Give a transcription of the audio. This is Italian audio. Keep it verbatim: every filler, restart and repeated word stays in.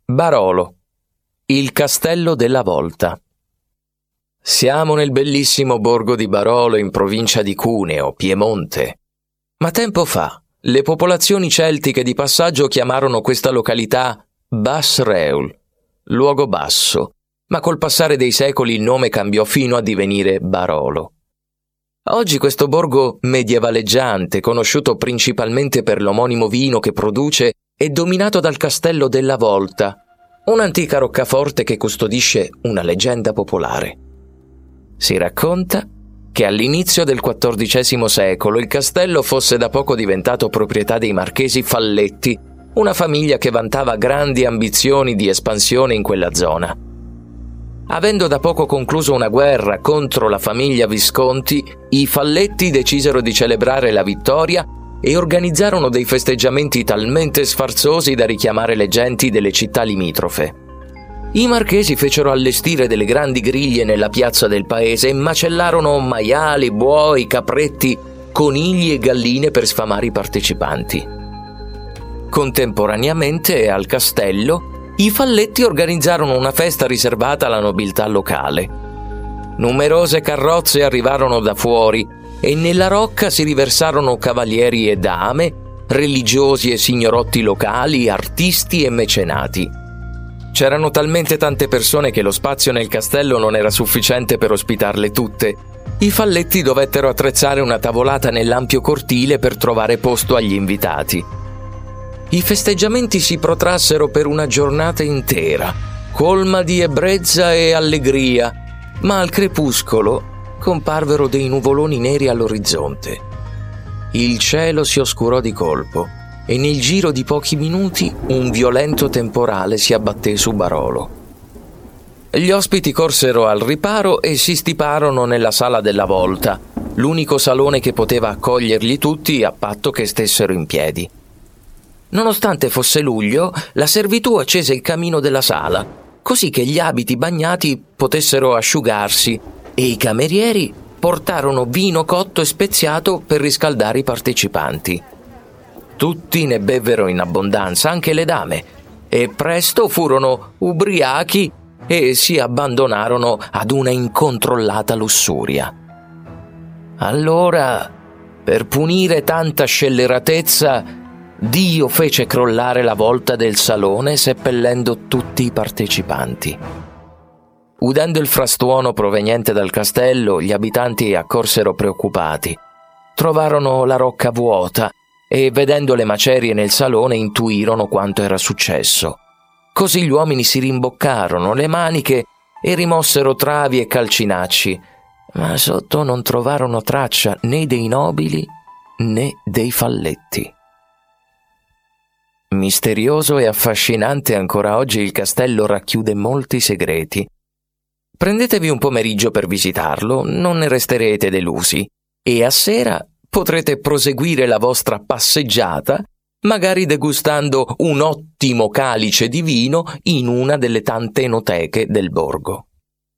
Barolo, il castello della Volta. Siamo nel bellissimo borgo di Barolo in provincia di Cuneo, Piemonte. Ma tempo fa, le popolazioni celtiche di passaggio chiamarono questa località Bas Reul, luogo basso, ma col passare dei secoli il nome cambiò fino a divenire Barolo. Oggi questo borgo medievaleggiante, conosciuto principalmente per l'omonimo vino che produce, è dominato dal castello della Volta, un'antica roccaforte che custodisce una leggenda popolare. Si racconta che all'inizio del quattordicesimo secolo il castello fosse da poco diventato proprietà dei marchesi Falletti, una famiglia che vantava grandi ambizioni di espansione in quella zona. Avendo da poco concluso una guerra contro la famiglia Visconti, i Falletti decisero di celebrare la vittoria e organizzarono dei festeggiamenti talmente sfarzosi da richiamare le genti delle città limitrofe. I marchesi fecero allestire delle grandi griglie nella piazza del paese e macellarono maiali, buoi, capretti, conigli e galline per sfamare i partecipanti. Contemporaneamente al castello, i Falletti organizzarono una festa riservata alla nobiltà locale. Numerose carrozze arrivarono da fuori e nella rocca si riversarono cavalieri e dame, religiosi e signorotti locali, artisti e mecenati. C'erano talmente tante persone che lo spazio nel castello non era sufficiente per ospitarle tutte. I Falletti dovettero attrezzare una tavolata nell'ampio cortile per trovare posto agli invitati. I festeggiamenti si protrassero per una giornata intera, colma di ebbrezza e allegria, ma al crepuscolo comparvero dei nuvoloni neri all'orizzonte. Il cielo si oscurò di colpo e nel giro di pochi minuti un violento temporale si abbatté su Barolo. Gli ospiti corsero al riparo e si stiparono nella sala della Volta, l'unico salone che poteva accoglierli tutti a patto che stessero in piedi. Nonostante fosse luglio, la servitù accese il camino della sala, così che gli abiti bagnati potessero asciugarsi, e i camerieri portarono vino cotto e speziato per riscaldare i partecipanti. Tutti ne bevvero in abbondanza, anche le dame, e presto furono ubriachi e si abbandonarono ad una incontrollata lussuria. Allora, per punire tanta scelleratezza, Dio fece crollare la volta del salone seppellendo tutti i partecipanti. Udendo il frastuono proveniente dal castello, gli abitanti accorsero preoccupati. Trovarono la rocca vuota e, vedendo le macerie nel salone, intuirono quanto era successo. Così gli uomini si rimboccarono le maniche e rimossero travi e calcinacci, ma sotto non trovarono traccia né dei nobili né dei Falletti. Misterioso e affascinante ancora oggi, il castello racchiude molti segreti. Prendetevi un pomeriggio per visitarlo, non ne resterete delusi, e a sera potrete proseguire la vostra passeggiata, magari degustando un ottimo calice di vino in una delle tante enoteche del borgo.